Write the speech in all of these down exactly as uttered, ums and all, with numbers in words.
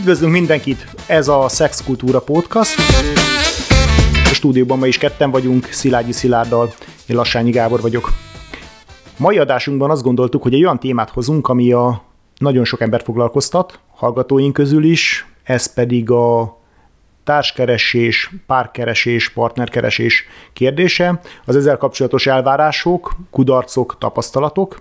Üdvözlünk mindenkit, ez a Szexkultúra Podcast. A stúdióban ma is ketten vagyunk, Szilágyi Szilárddal, én Lassányi Gábor vagyok. Mai adásunkban azt gondoltuk, hogy egy olyan témát hozunk, ami a nagyon sok embert foglalkoztat, hallgatóink közül is, ez pedig a társkeresés, párkeresés, partnerkeresés kérdése, az ezzel kapcsolatos elvárások, kudarcok, tapasztalatok.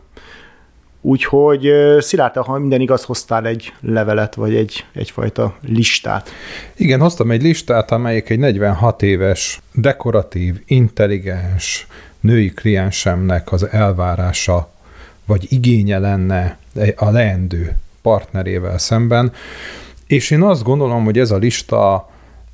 Úgyhogy Szilárd, ha minden igaz, hoztál egy levelet, vagy egy, egyfajta listát. Igen, hoztam egy listát, amelyik egy negyvenhat éves, dekoratív, intelligens női kliensemnek az elvárása, vagy igénye lenne a leendő partnerével szemben. És én azt gondolom, hogy ez a lista,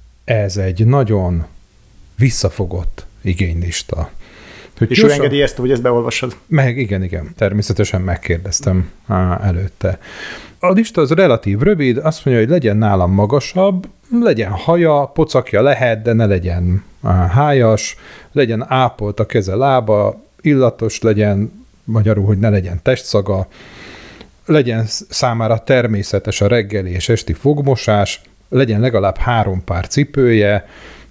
ez egy nagyon visszafogott igénylista. Hogy és ő engedélyezte, hogy ezt beolvassad? Meg, igen, igen. Természetesen megkérdeztem á, előtte. A lista az relatív rövid, azt mondja, hogy legyen nálam magasabb, legyen haja, pocakja lehet, de ne legyen á, hájas, legyen ápolt a keze, lába, illatos legyen, magyarul, hogy ne legyen testszaga, legyen számára természetes a reggeli és esti fogmosás, legyen legalább három pár cipője,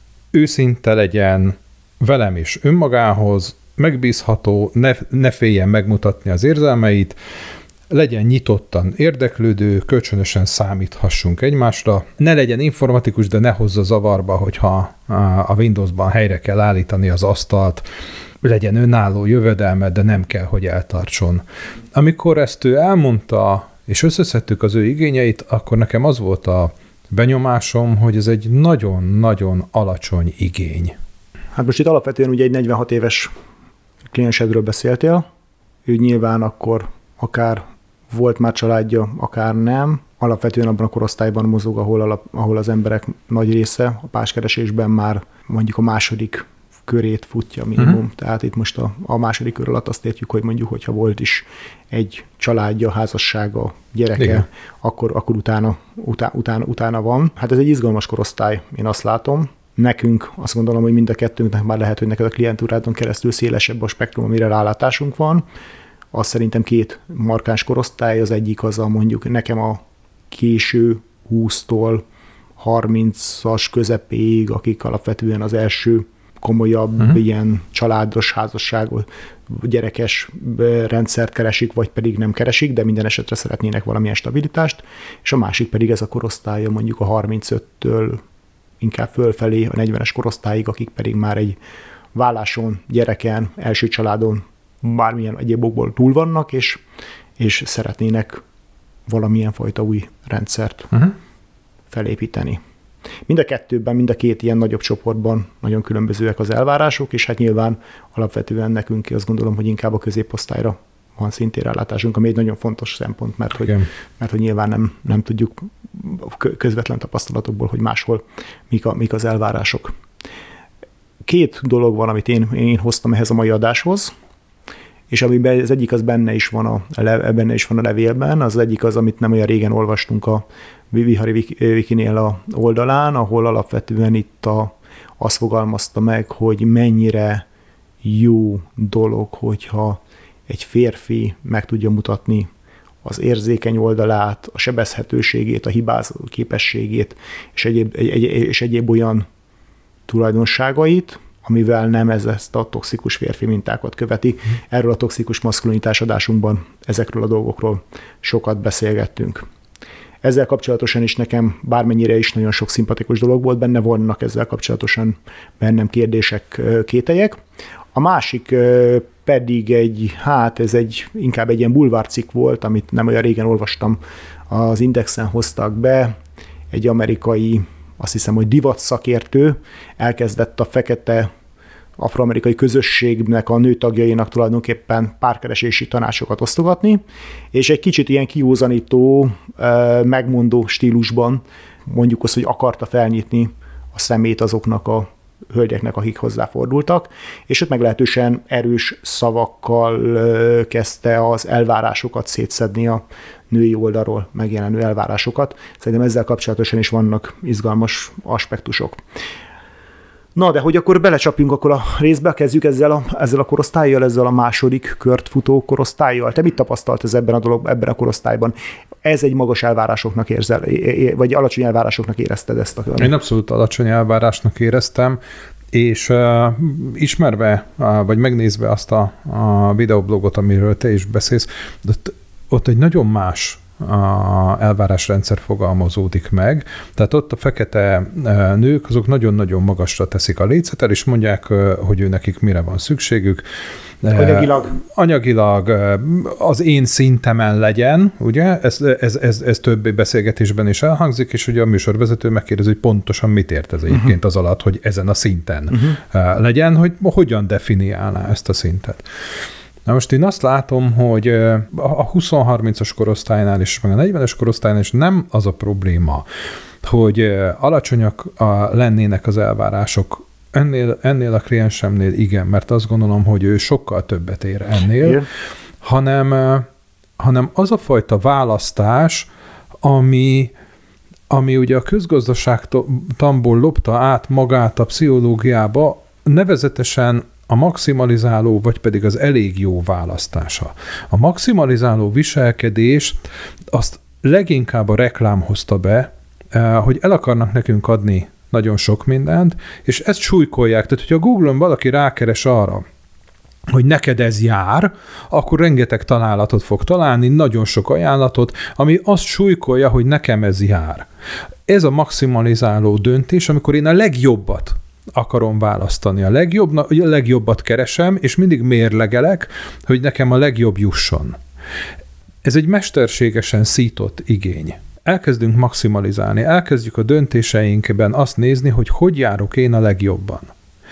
őszinte legyen velem és önmagához, megbízható, ne, ne féljen megmutatni az érzelmeit, legyen nyitottan érdeklődő, kölcsönösen számíthassunk egymásra, ne legyen informatikus, de ne hozza zavarba, hogyha a Windowsban helyre kell állítani az asztalt, legyen önálló jövedelme, de nem kell, hogy eltartson. Amikor ezt ő elmondta, és összeszedtük az ő igényeit, akkor nekem az volt a benyomásom, hogy ez egy nagyon-nagyon alacsony igény. Hát most itt alapvetően ugye egy negyvenhat éves kliensedről beszéltél, ő nyilván akkor akár volt már családja, akár nem, alapvetően abban a korosztályban mozog, ahol, alap, ahol az emberek nagy része a párskeresésben már mondjuk a második körét futja minimum. Uh-huh. Tehát itt most a, a második kör alatt azt értjük, hogy mondjuk, hogyha volt is egy családja, házassága, gyereke, akkor, akkor utána, utá, utána, utána van. Hát ez egy izgalmas korosztály, én azt látom. Nekünk azt gondolom, hogy mind a kettőnknek már lehet, hogy neked a klientúrádon keresztül szélesebb a spektrum, amire rálátásunk van. Az szerintem két markáns korosztály, az egyik az a mondjuk nekem a késő húsztól harmincas közepéig, akik alapvetően az első komolyabb uh-huh. ilyen családos, házasságos, gyerekes rendszert keresik, vagy pedig nem keresik, de minden esetre szeretnének valamilyen stabilitást, és a másik pedig ez a korosztálya mondjuk a harmincöttől inkább fölfelé a negyvenes korosztályig, akik pedig már egy válláson, gyereken, első családon bármilyen egyéb okból túl vannak, és, és szeretnének valamilyen fajta új rendszert uh-huh. felépíteni. Mind a kettőben, mind a két ilyen nagyobb csoportban nagyon különbözőek az elvárások, és hát nyilván alapvetően nekünk azt gondolom, hogy inkább a középosztályra van szintén rálátásunk, ami egy nagyon fontos szempont, mert hogy, mert hogy nyilván nem, nem tudjuk közvetlen tapasztalatokból, hogy máshol mik, a, mik az elvárások. Két dolog van, amit én, én hoztam ehhez a mai adáshoz, és amiben az egyik az benne is van a, benne is van a levélben, az egyik az, amit nem olyan régen olvastunk a Vihari Wikinél a oldalán, ahol alapvetően itt a, azt fogalmazta meg, hogy mennyire jó dolog, hogyha egy férfi meg tudja mutatni az érzékeny oldalát, a sebezhetőségét, a hibázó képességét, és egyéb, egy, és egyéb olyan tulajdonságait, amivel nem ez ezt a toxikus férfi mintákat követi. Erről a toxikus maszkulinitás adásunkban ezekről a dolgokról sokat beszélgettünk. Ezzel kapcsolatosan is nekem bármennyire is nagyon sok szimpatikus dolog volt benne, vannak ezzel kapcsolatosan bennem kérdések, kételyek. A másik pedig egy, hát ez egy inkább egy ilyen bulvárcikk volt, amit nem olyan régen olvastam, az Indexen hoztak be, egy amerikai, azt hiszem, hogy divat szakértő elkezdett a fekete afroamerikai közösségnek a nőtagjainak tulajdonképpen párkeresési tanácsokat osztogatni, és egy kicsit ilyen kiúzanító, megmondó stílusban mondjuk azt, hogy akarta felnyitni a szemét azoknak a hölgyeknek, akik hozzáfordultak, és ott meglehetősen erős szavakkal kezdte az elvárásokat szétszedni, a női oldalról megjelenő elvárásokat. Szerintem ezzel kapcsolatosan is vannak izgalmas aspektusok. Na, de hogy akkor belecsapjunk akkor a részbe, kezdjük ezzel a, ezzel a korosztályjal, ezzel a második kört futó korosztályjal. Te mit tapasztalt ez ebben a dolog, ebben a korosztályban? Ez egy magas elvárásoknak érzel, vagy alacsony elvárásoknak érezted ezt a kört? Én abszolút alacsony elvárásnak éreztem, és uh, ismerve, uh, vagy megnézve azt a, a videoblogot, amiről te is beszélsz, ott, ott egy nagyon más a elvárásrendszer fogalmazódik meg. Tehát ott a fekete nők, azok nagyon-nagyon magasra teszik a lécetet, és mondják, hogy ő nekik mire van szükségük. Anyagilag. Anyagilag az én szintemen legyen, ugye? Ez, ez, ez, ez több beszélgetésben is elhangzik, és ugye a műsorvezető megkérdezi, hogy pontosan mit ért ez egyébként uh-huh. az alatt, hogy ezen a szinten uh-huh. legyen, hogy hogyan definiálná ezt a szintet. Na most én azt látom, hogy a húsz-harmincas korosztálynál és meg a negyvenes korosztálynál is nem az a probléma, hogy alacsonyak lennének az elvárások. Ennél, ennél a kliensemnél igen, mert azt gondolom, hogy ő sokkal többet ér ennél, hanem, hanem az a fajta választás, ami, ami ugye a közgazdaságtanból lopta át magát a pszichológiába, nevezetesen a maximalizáló, vagy pedig az elég jó választása. A maximalizáló viselkedés azt leginkább a reklám hozta be, hogy el akarnak nekünk adni nagyon sok mindent, és ezt súlykolják. Tehát, hogyha a Google-on valaki rákeres arra, hogy neked ez jár, akkor rengeteg találatot fog találni, nagyon sok ajánlatot, ami azt súlykolja, hogy nekem ez jár. Ez a maximalizáló döntés, amikor én a legjobbat akarom választani. A, legjobb, a legjobbat keresem, és mindig mérlegelek, hogy nekem a legjobb jusson. Ez egy mesterségesen szított igény. Elkezdünk maximalizálni, elkezdjük a döntéseinkben azt nézni, hogy hogy járok én a legjobban.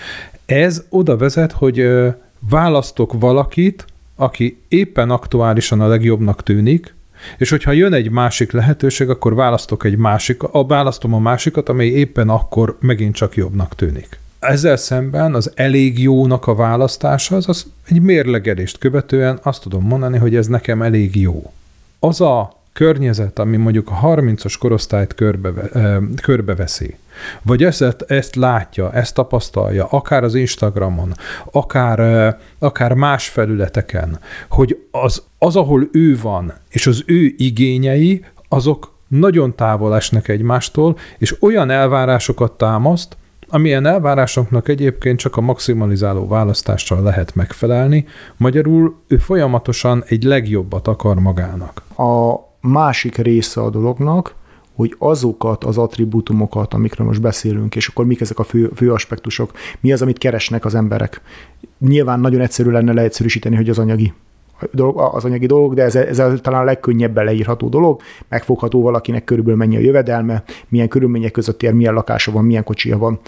Ez oda vezet, hogy választok valakit, aki éppen aktuálisan a legjobbnak tűnik, és hogyha jön egy másik lehetőség, akkor választok egy másik, a választom a másikat, amely éppen akkor megint csak jobbnak tűnik. Ezzel szemben az elég jónak a választása, az, az egy mérlegelést követően azt tudom mondani, hogy ez nekem elég jó. Az a környezet, ami mondjuk a harmincas korosztályt körbe, körbeveszi, vagy ezt, ezt látja, ezt tapasztalja, akár az Instagramon, akár, akár más felületeken, hogy az, az, ahol ő van, és az ő igényei, azok nagyon távol esnek egymástól, és olyan elvárásokat támaszt, amilyen elvárásoknak egyébként csak a maximalizáló választással lehet megfelelni, magyarul ő folyamatosan egy legjobbat akar magának. A másik része a dolognak, hogy azokat az attribútumokat, amikről most beszélünk, és akkor mik ezek a fő, fő aspektusok, mi az, amit keresnek az emberek. Nyilván nagyon egyszerű lenne leegyszerűsíteni, hogy az anyagi dolog, az anyagi dolog, de ez, ez talán a legkönnyebben leírható dolog, megfogható valakinek körülbelül mennyi a jövedelme, milyen körülmények között ér, milyen lakása van, milyen kocsia van,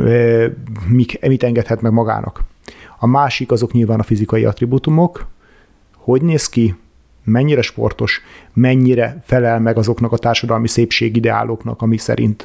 mik, mit engedhet meg magának. A másik azok nyilván a fizikai attribútumok, hogy néz ki, mennyire sportos, mennyire felel meg azoknak a társadalmi szépségideáloknak, ami szerint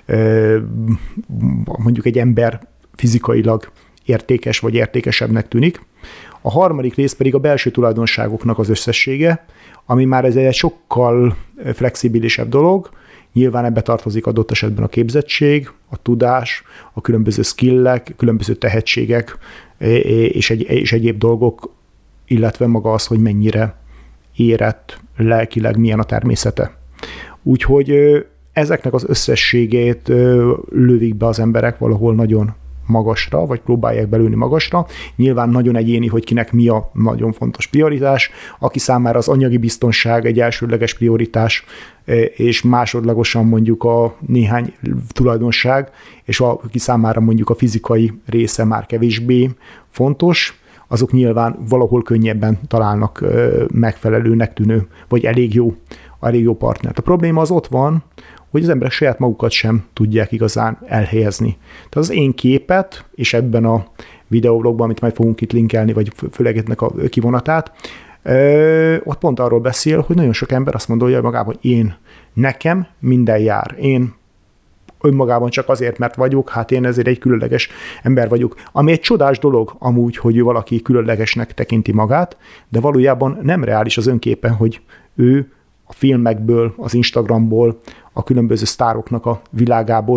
mondjuk egy ember fizikailag értékes vagy értékesebbnek tűnik. A harmadik rész pedig a belső tulajdonságoknak az összessége, ami már ez egy sokkal flexibilisebb dolog. Nyilván ebbe tartozik adott esetben a képzettség, a tudás, a különböző skillek, különböző tehetségek és, egy, és egyéb dolgok, illetve maga az, hogy mennyire érett lelkileg, milyen a természete. Úgyhogy ezeknek az összességét lövik be az emberek valahol nagyon magasra, vagy próbálják belülni magasra. Nyilván nagyon egyéni, hogy kinek mi a nagyon fontos prioritás. Aki számára az anyagi biztonság egy elsődleges prioritás, és másodlagosan mondjuk a néhány tulajdonság, és aki számára mondjuk a fizikai része már kevésbé fontos, azok nyilván valahol könnyebben találnak megfelelőnek tűnő, vagy elég jó, elég jó partnert. A probléma az ott van, hogy az emberek saját magukat sem tudják igazán elhelyezni. Tehát az én képet, és ebben a videoblogban, amit majd fogunk itt linkelni, vagy főleg ennek a kivonatát, ott pont arról beszél, hogy nagyon sok ember azt mondja magában, hogy én, nekem minden jár. Én önmagában csak azért, mert vagyok, hát én ezért egy különleges ember vagyok. Ami egy csodás dolog amúgy, hogy ő valaki különlegesnek tekinti magát, de valójában nem reális az önképe, hogy ő a filmekből, az Instagramból, a különböző sztároknak a világából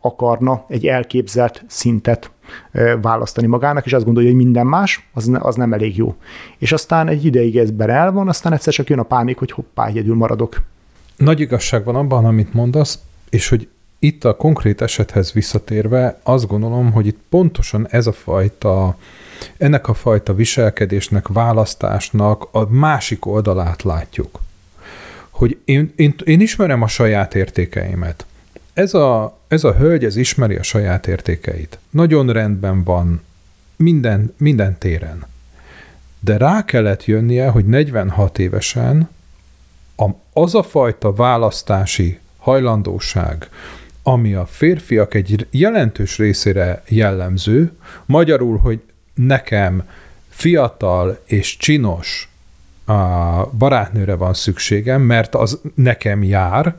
akarna egy elképzelt szintet választani magának, és azt gondolja, hogy minden más, az, ne, az nem elég jó. És aztán egy ideig ezben el van, aztán egyszer csak jön a pánik, hogy hoppá, egyedül maradok. Nagy igazság van abban, amit mondasz, és hogy itt a konkrét esethez visszatérve azt gondolom, hogy itt pontosan ez a fajta, ennek a fajta viselkedésnek, választásnak a másik oldalát látjuk. Hogy én, én, én ismerem a saját értékeimet. Ez a, ez a hölgy, ez ismeri a saját értékeit. Nagyon rendben van minden, minden téren. De rá kellett jönnie, hogy negyvenhat évesen a, az a fajta választási hajlandóság, ami a férfiak egy jelentős részére jellemző, magyarul, hogy nekem fiatal és csinos a barátnőre van szükségem, mert az nekem jár,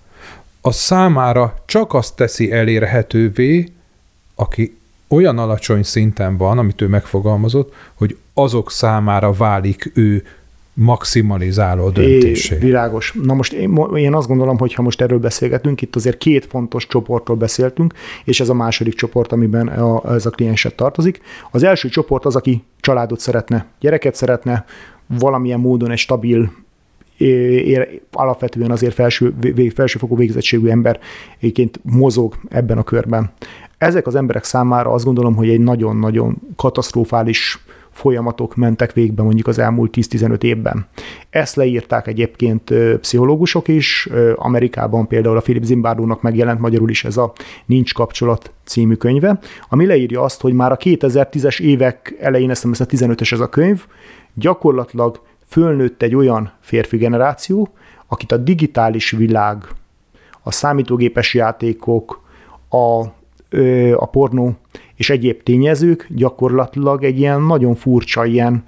az számára csak azt teszi elérhetővé, aki olyan alacsony szinten van, amit ő megfogalmazott, hogy azok számára válik ő maximalizáló döntésé. É, világos. Na most én, én azt gondolom, hogy ha most erről beszélgetünk, itt azért két fontos csoportról beszéltünk, és ez a második csoport, amiben a, ez a klienset tartozik. Az első csoport az, aki családot szeretne, gyereket szeretne, valamilyen módon egy stabil, ér, alapvetően azért felső, felsőfokú végzettségű emberként mozog ebben a körben. Ezek az emberek számára azt gondolom, hogy egy nagyon-nagyon katasztrofális folyamatok mentek végbe mondjuk az elmúlt tíz-tizenöt évben. Ezt leírták egyébként pszichológusok is, Amerikában például a Philip Zimbardo-nak megjelent magyarul is ez a Nincs kapcsolat című könyve, ami leírja azt, hogy már a kétezer-tízes évek elején, ezt a tizenötös ez a könyv, gyakorlatilag fölnőtt egy olyan férfi generáció, akit a digitális világ, a számítógépes játékok, a, a pornó és egyéb tényezők gyakorlatilag egy ilyen nagyon furcsa, ilyen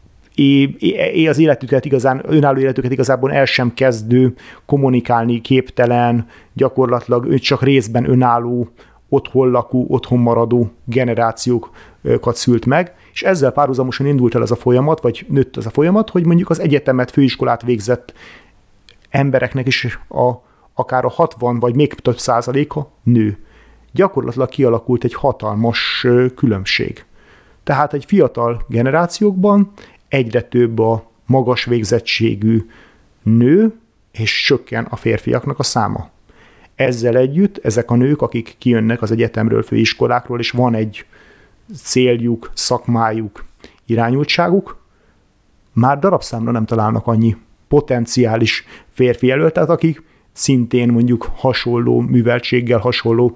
é, é, az életüket igazán, önálló életüket igazából el sem kezdő, kommunikálni képtelen, gyakorlatilag ő csak részben önálló, otthon lakó, otthon maradó generációkat szült meg, és ezzel párhuzamosan indult el ez a folyamat, vagy nőtt ez a folyamat, hogy mondjuk az egyetemet, főiskolát végzett embereknek is a, akár a hatvan vagy még több százaléka nő. Gyakorlatilag kialakult egy hatalmas különbség. Tehát egy fiatal generációkban egyre több a magas végzettségű nő, és csökken a férfiaknak a száma. Ezzel együtt ezek a nők, akik kijönnek az egyetemről, főiskolákról, és van egy céljuk, szakmájuk, irányultságuk, már darabszámra nem találnak annyi potenciális férfi jelöltet, akik szintén mondjuk hasonló műveltséggel, hasonló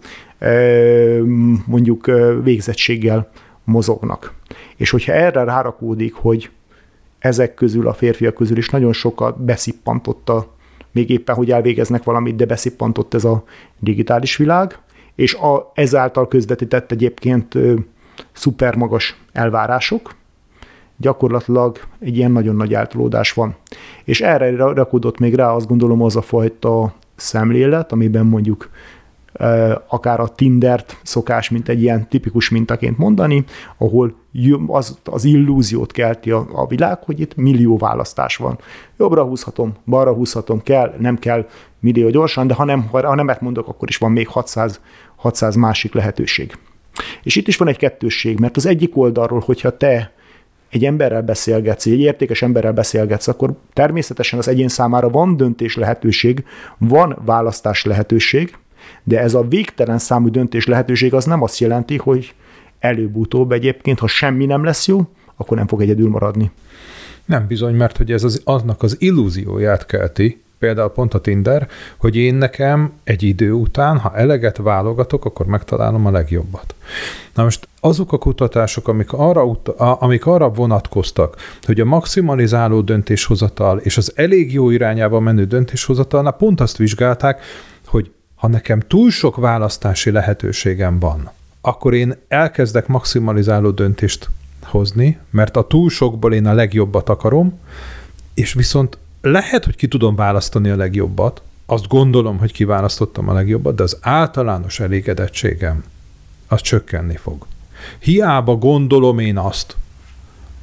mondjuk végzettséggel mozognak. És hogyha erre rárakódik, hogy ezek közül, a férfiak közül is nagyon sokat beszippantott a, még éppen, hogy elvégeznek valamit, de beszippantott ez a digitális világ, és a, ezáltal közvetített egyébként ö, szuper magas elvárások, gyakorlatilag egy ilyen nagyon nagy eltolódás van. És erre rakódott még rá, azt gondolom, az a fajta szemlélet, amiben mondjuk akár a Tindert szokás, mint egy ilyen tipikus mintaként mondani, ahol az, az illúziót kelti a, a világ, hogy itt millió választás van. Jobbra húzhatom, balra húzhatom, kell, nem kell millió gyorsan, de ha, nem, ha nemet mondok, akkor is van még hatszáz, hatszáz másik lehetőség. És itt is van egy kettősség, mert az egyik oldalról, hogyha te egy emberrel beszélgetsz, egy értékes emberrel beszélgetsz, akkor természetesen az egyén számára van döntés lehetőség, van választás lehetőség, de ez a végtelen számú döntés lehetőség az nem azt jelenti, hogy előbb-utóbb egyébként, ha semmi nem lesz jó, akkor nem fog egyedül maradni. Nem bizony, mert hogy ez az, aznak az illúzióját kelti, például pont a Tinder, hogy én nekem egy idő után, ha eleget válogatok, akkor megtalálom a legjobbat. Na most azok a kutatások, amik arra, amik arra vonatkoztak, hogy a maximalizáló döntéshozatal és az elég jó irányába menő döntéshozatalnál pont azt vizsgálták, hogy ha nekem túl sok választási lehetőségem van, akkor én elkezdek maximalizáló döntést hozni, mert a túl sokból én a legjobbat akarom, és viszont lehet, hogy ki tudom választani a legjobbat, azt gondolom, hogy kiválasztottam a legjobbat, de az általános elégedettségem az csökkenni fog. Hiába gondolom én azt,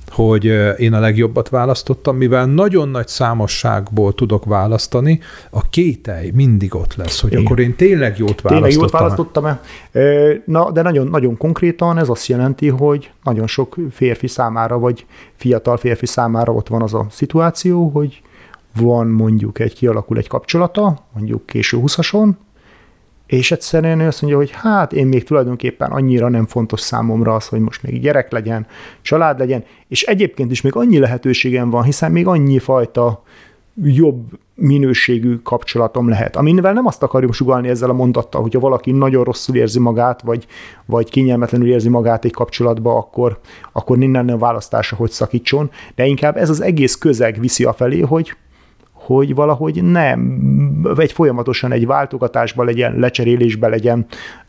hogy én a legjobbat választottam, mivel nagyon nagy számosságból tudok választani, a kételj mindig ott lesz, hogy igen. Akkor én tényleg jót választottam. Tényleg jót választottam-e? Na, de nagyon, nagyon konkrétan ez azt jelenti, hogy nagyon sok férfi számára, vagy fiatal férfi számára ott van az a szituáció, hogy van mondjuk egy, kialakul egy kapcsolata, mondjuk késő húszason, és egyszerűen ő azt mondja, hogy hát én még tulajdonképpen annyira nem fontos számomra az, hogy most még gyerek legyen, család legyen, és egyébként is még annyi lehetőségem van, hiszen még annyi fajta jobb minőségű kapcsolatom lehet. Aminével nem azt akarjuk sugallni ezzel a mondattal, hogyha valaki nagyon rosszul érzi magát, vagy, vagy kényelmetlenül érzi magát egy kapcsolatba, akkor, akkor minden a választása, hogy szakítson, de inkább ez az egész közeg viszi afelé, hogy hogy valahogy nem, egy folyamatosan egy váltogatásban legyen, lecserélésben legyen,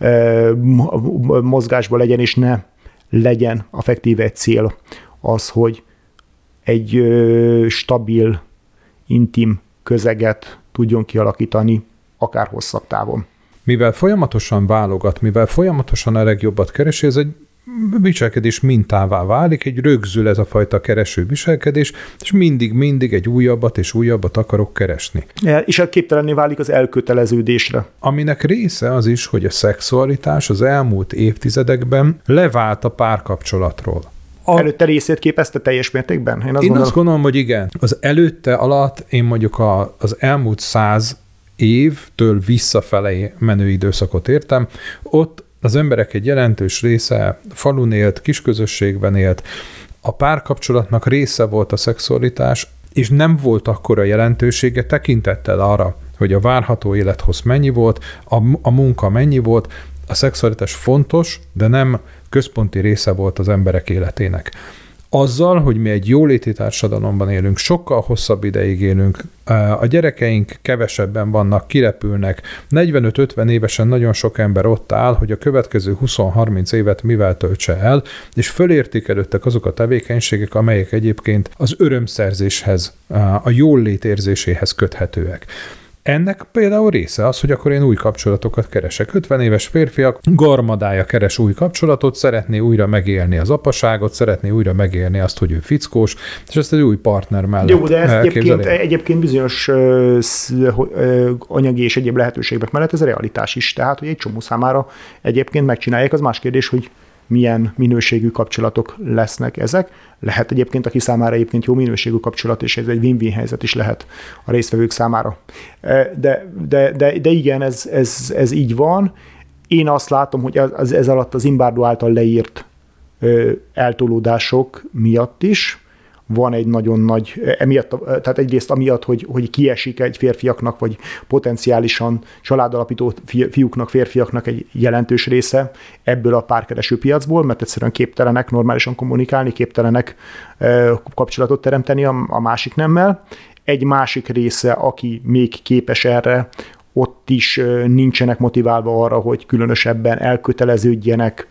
mozgásban legyen, és ne legyen affektíve egy cél az, hogy egy stabil, intim közeget tudjon kialakítani, akár hosszabb távon. Mivel folyamatosan válogat, mivel folyamatosan a legjobbat keresi, ez egy viselkedés mintává válik, egy rögzül ez a fajta kereső viselkedés, és mindig-mindig egy újabbat és újabbat akarok keresni. És a képtelenné válik az elköteleződésre. Aminek része az is, hogy a szexualitás az elmúlt évtizedekben levált a párkapcsolatról. A... Előtte részét képezte teljes mértékben? Én, azt, én gondolom... azt gondolom, hogy igen. Az előtte alatt én mondjuk a, az elmúlt száz évtől visszafelé menő időszakot értem, ott az emberek egy jelentős része falun élt, kisközösségben élt, a párkapcsolatnak része volt a szexualitás, és nem volt akkora jelentősége tekintettel arra, hogy a várható élethossz mennyi volt, a, a munka mennyi volt, a szexualitás fontos, de nem központi része volt az emberek életének. Azzal, hogy mi egy jóléti társadalomban élünk, sokkal hosszabb ideig élünk, a gyerekeink kevesebben vannak, kirepülnek, negyvenöt-ötven évesen nagyon sok ember ott áll, hogy a következő húsz-harminc évet mivel töltse el, és fölértékelődtek azok a tevékenységek, amelyek egyébként az örömszerzéshez, a jólét érzéséhez köthetőek. Ennek például része az, hogy akkor én új kapcsolatokat keresek. ötven éves férfiak garmadája keres új kapcsolatot, szeretné újra megélni az apaságot, szeretné újra megélni azt, hogy ő fickós, és ezt egy új partner mellett. Jó, de ez egyébként, egyébként bizonyos ö, ö, anyagi és egyéb lehetőségek mellett ez a realitás is. Tehát, hogy egy csomó számára egyébként megcsinálják, az más kérdés, hogy milyen minőségű kapcsolatok lesznek ezek. Lehet egyébként, aki számára egyébként jó minőségű kapcsolat, és ez egy win-win helyzet is lehet a résztvevők számára. De, de, de, de igen, ez, ez, ez így van. Én azt látom, hogy az, ez alatt az Zimbardo által leírt eltolódások miatt is van egy nagyon nagy, emiatt, tehát egyrészt amiatt, hogy, hogy kiesik egy férfiaknak, vagy potenciálisan családalapító fiúknak, férfiaknak egy jelentős része ebből a párkereső piacból, mert egyszerűen képtelenek normálisan kommunikálni, képtelenek kapcsolatot teremteni a, a másik nemmel. Egy másik része, aki még képes erre, ott is nincsenek motiválva arra, hogy különösebben elköteleződjenek.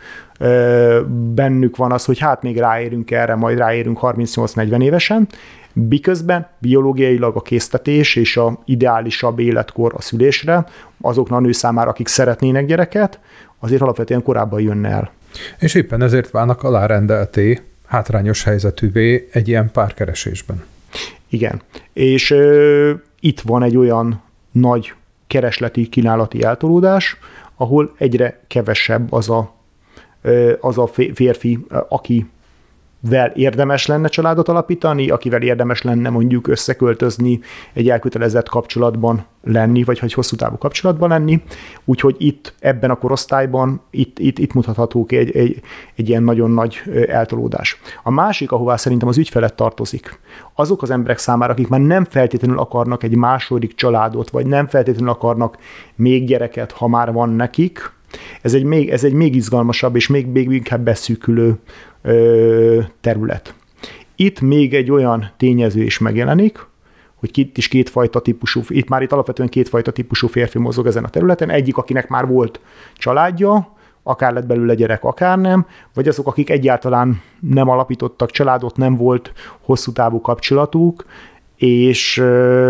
Bennük van az, hogy hát még ráérünk erre, majd ráérünk harmincnyolc-negyven évesen, miközben biológiailag a késztetés és a ideálisabb életkor a szülésre azoknak a nő számára, akik szeretnének gyereket, azért alapvetően korábban jönne el. És éppen ezért válnak alárendelté, hátrányos helyzetűvé egy ilyen párkeresésben. Igen. És ö, itt van egy olyan nagy keresleti, kínálati eltolódás, ahol egyre kevesebb az a, az a férfi, akivel érdemes lenne családot alapítani, akivel érdemes lenne mondjuk összeköltözni, egy elkötelezett kapcsolatban lenni, vagy hogy hosszú távú kapcsolatban lenni. Úgyhogy itt, ebben a korosztályban, itt, itt, itt mutathatók egy, egy, egy ilyen nagyon nagy eltolódás. A másik, ahová szerintem az ügyfelet tartozik, azok az emberek számára, akik már nem feltétlenül akarnak egy második családot, vagy nem feltétlenül akarnak még gyereket, ha már van nekik, ez egy még, ez egy még izgalmasabb és még, még inkább beszűkülő ö, terület. Itt még egy olyan tényező is megjelenik, hogy itt is kétfajta típusú, itt már itt alapvetően kétfajta típusú férfi mozog ezen a területen. Egyik, akinek már volt családja, akár lett belőle gyerek, akár nem, vagy azok, akik egyáltalán nem alapítottak családot, nem volt hosszú távú kapcsolatuk, és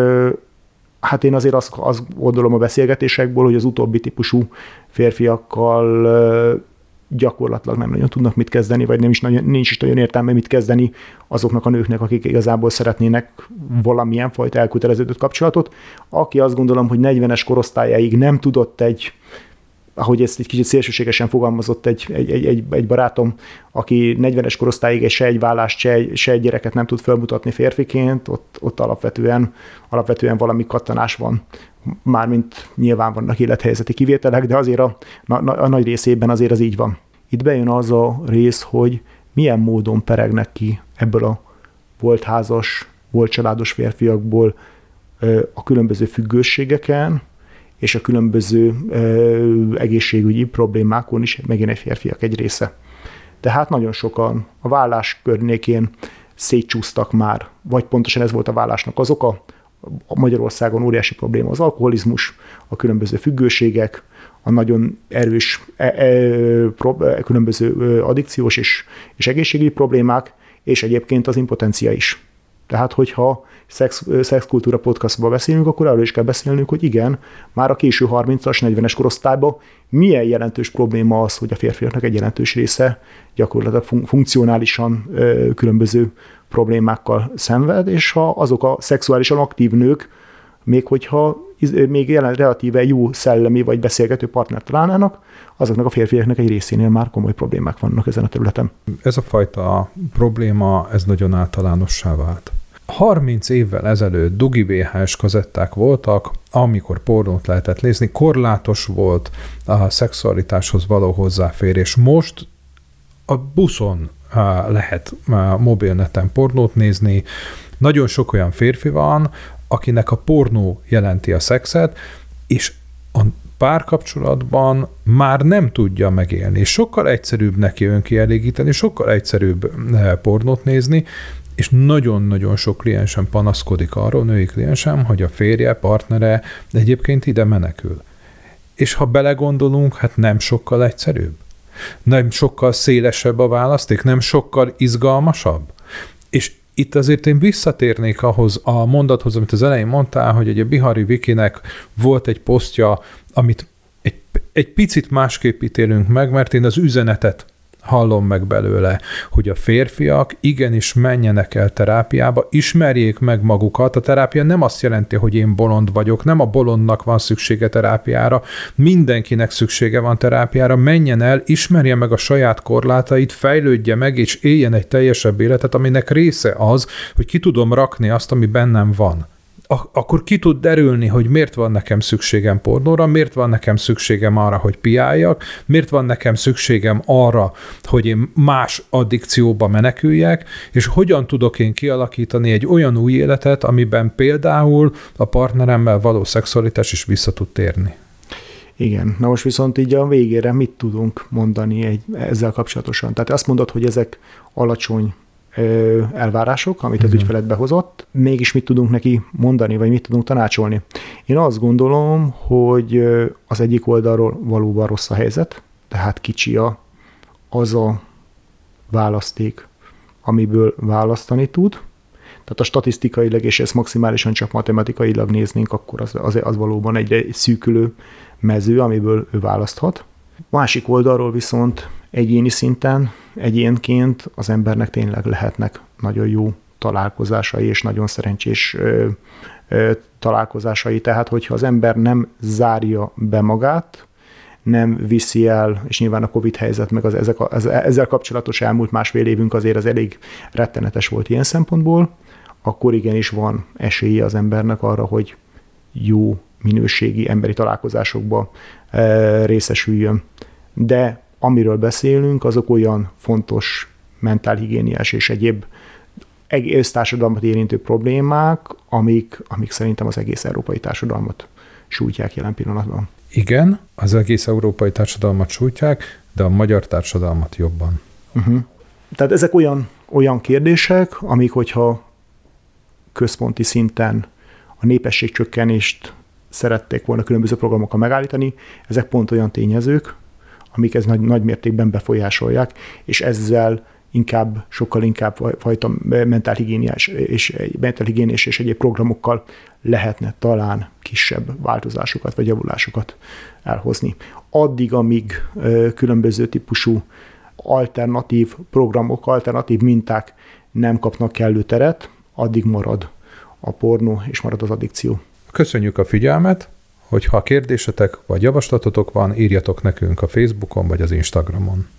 hát én azért azt, azt gondolom a beszélgetésekből, hogy az utóbbi típusú férfiakkal gyakorlatilag nem nagyon tudnak mit kezdeni, vagy nem is nagyon, nincs is nagyon értelme mit kezdeni azoknak a nőknek, akik igazából szeretnének valamilyen fajta elköteleződött kapcsolatot. Aki azt gondolom, hogy negyvenes korosztályáig nem tudott egy, ahogy ezt egy kicsit szélsőségesen fogalmazott egy, egy, egy, egy barátom, aki negyvenes korosztályig se egy vállást, se egy, se egy gyereket nem tud felmutatni férfiként, ott, ott alapvetően, alapvetően valami kattanás van. Mármint nyilván vannak élethelyzeti kivételek, de azért a, a, a nagy részében azért az így van. Itt bejön az a rész, hogy milyen módon peregnek ki ebből a volt házas, volt családos férfiakból a különböző függőségeken, és a különböző ö, egészségügyi problémákon is megint egy férfiak egy része. Tehát nagyon sokan a vállás környékén szétcsúsztak már, vagy pontosan ez volt a vállásnak az oka. A Magyarországon óriási probléma az alkoholizmus, a különböző függőségek, a nagyon erős e, e, pro, e, különböző addikciós és, és egészségügyi problémák, és egyébként az impotencia is. Tehát, hogyha szex, szexkultúra podcastban beszélünk, akkor arról is kell beszélnünk, hogy igen, már a késő harmincas, negyvenes korosztályban milyen jelentős probléma az, hogy a férfiaknak egy jelentős része gyakorlatilag fun- funkcionálisan ö, különböző problémákkal szenved, és ha azok a szexuálisan aktív nők, még hogyha még jelen relatíve jó szellemi vagy beszélgető partnert találnának, azoknak a férfiaknak egy részénél már komoly problémák vannak ezen a területen. Ez a fajta probléma, ez nagyon általánossá vált. harminc évvel ezelőtt dugi vé há es kazetták voltak, amikor pornót lehetett nézni, korlátos volt a szexualitáshoz való hozzáférés. Most a buszon lehet mobilneten pornót nézni. Nagyon sok olyan férfi van, akinek a pornó jelenti a szexet, és a párkapcsolatban már nem tudja megélni. Sokkal egyszerűbb neki önkielégíteni, sokkal egyszerűbb pornót nézni, és nagyon-nagyon sok kliensem panaszkodik arról, női kliensem, hogy a férje, partnere egyébként ide menekül. És ha belegondolunk, hát nem sokkal egyszerűbb. Nem sokkal szélesebb a választék, nem sokkal izgalmasabb. És itt azért én visszatérnék ahhoz a mondathoz, amit az elején mondtál, hogy ugye Bihari Vikinek volt egy posztja, amit egy, egy picit másképp ítélünk meg, mert én az üzenetet hallom meg belőle, hogy a férfiak igenis menjenek el terápiába, ismerjék meg magukat. A terápia nem azt jelenti, hogy én bolond vagyok, nem a bolondnak van szüksége terápiára, mindenkinek szüksége van terápiára, menjen el, ismerje meg a saját korlátait, fejlődje meg, és éljen egy teljesebb életet, aminek része az, hogy ki tudom rakni azt, ami bennem van. Akkor ki tud derülni, hogy miért van nekem szükségem pornóra, miért van nekem szükségem arra, hogy piáljak, miért van nekem szükségem arra, hogy én más addikcióba meneküljek, és hogyan tudok én kialakítani egy olyan új életet, amiben például a partneremmel való szexualitás is vissza tud térni. Igen, na most viszont így a végére mit tudunk mondani egy, ezzel kapcsolatosan? Tehát azt mondod, hogy ezek alacsony elvárások, amit az ügyfeled behozott, mégis mit tudunk neki mondani, vagy mit tudunk tanácsolni. Én azt gondolom, hogy az egyik oldalról valóban rossz a helyzet, tehát kicsi a, az a választék, amiből választani tud. Tehát a statisztikailag, és ezt maximálisan csak matematikailag néznénk, akkor az, az, az valóban egy szűkülő mező, amiből ő választhat. Másik oldalról viszont egyéni szinten, egyénként az embernek tényleg lehetnek nagyon jó találkozásai, és nagyon szerencsés ö, ö, találkozásai. Tehát, hogyha az ember nem zárja be magát, nem viszi el, és nyilván a Covid helyzet, meg az, ezek a, az, ezzel kapcsolatos elmúlt másfél évünk azért az elég rettenetes volt ilyen szempontból, akkor igenis van esélye az embernek arra, hogy jó minőségi emberi találkozásokba e, részesüljön. De amiről beszélünk, azok olyan fontos mentálhigiéniás és egyéb egész társadalmat érintő problémák, amik, amik szerintem az egész európai társadalmat sújtják jelen pillanatban. Igen, az egész európai társadalmat sújtják, de a magyar társadalmat jobban. Uh-huh. Tehát ezek olyan, olyan kérdések, amik, hogyha központi szinten a népességcsökkenést szerették volna különböző programokkal megállítani, ezek pont olyan tényezők, amik ez nagy, nagy mértékben befolyásolják, és ezzel inkább, sokkal inkább fajta mentálhigiéniás és, mentálhigiéniás és egyéb programokkal lehetne talán kisebb változásokat vagy javulásokat elhozni. Addig, amíg különböző típusú alternatív programok, alternatív minták nem kapnak kellő teret, addig marad a pornó és marad az addikció. Köszönjük a figyelmet, hogyha kérdésetek vagy javaslatotok van, írjatok nekünk a Facebookon vagy az Instagramon.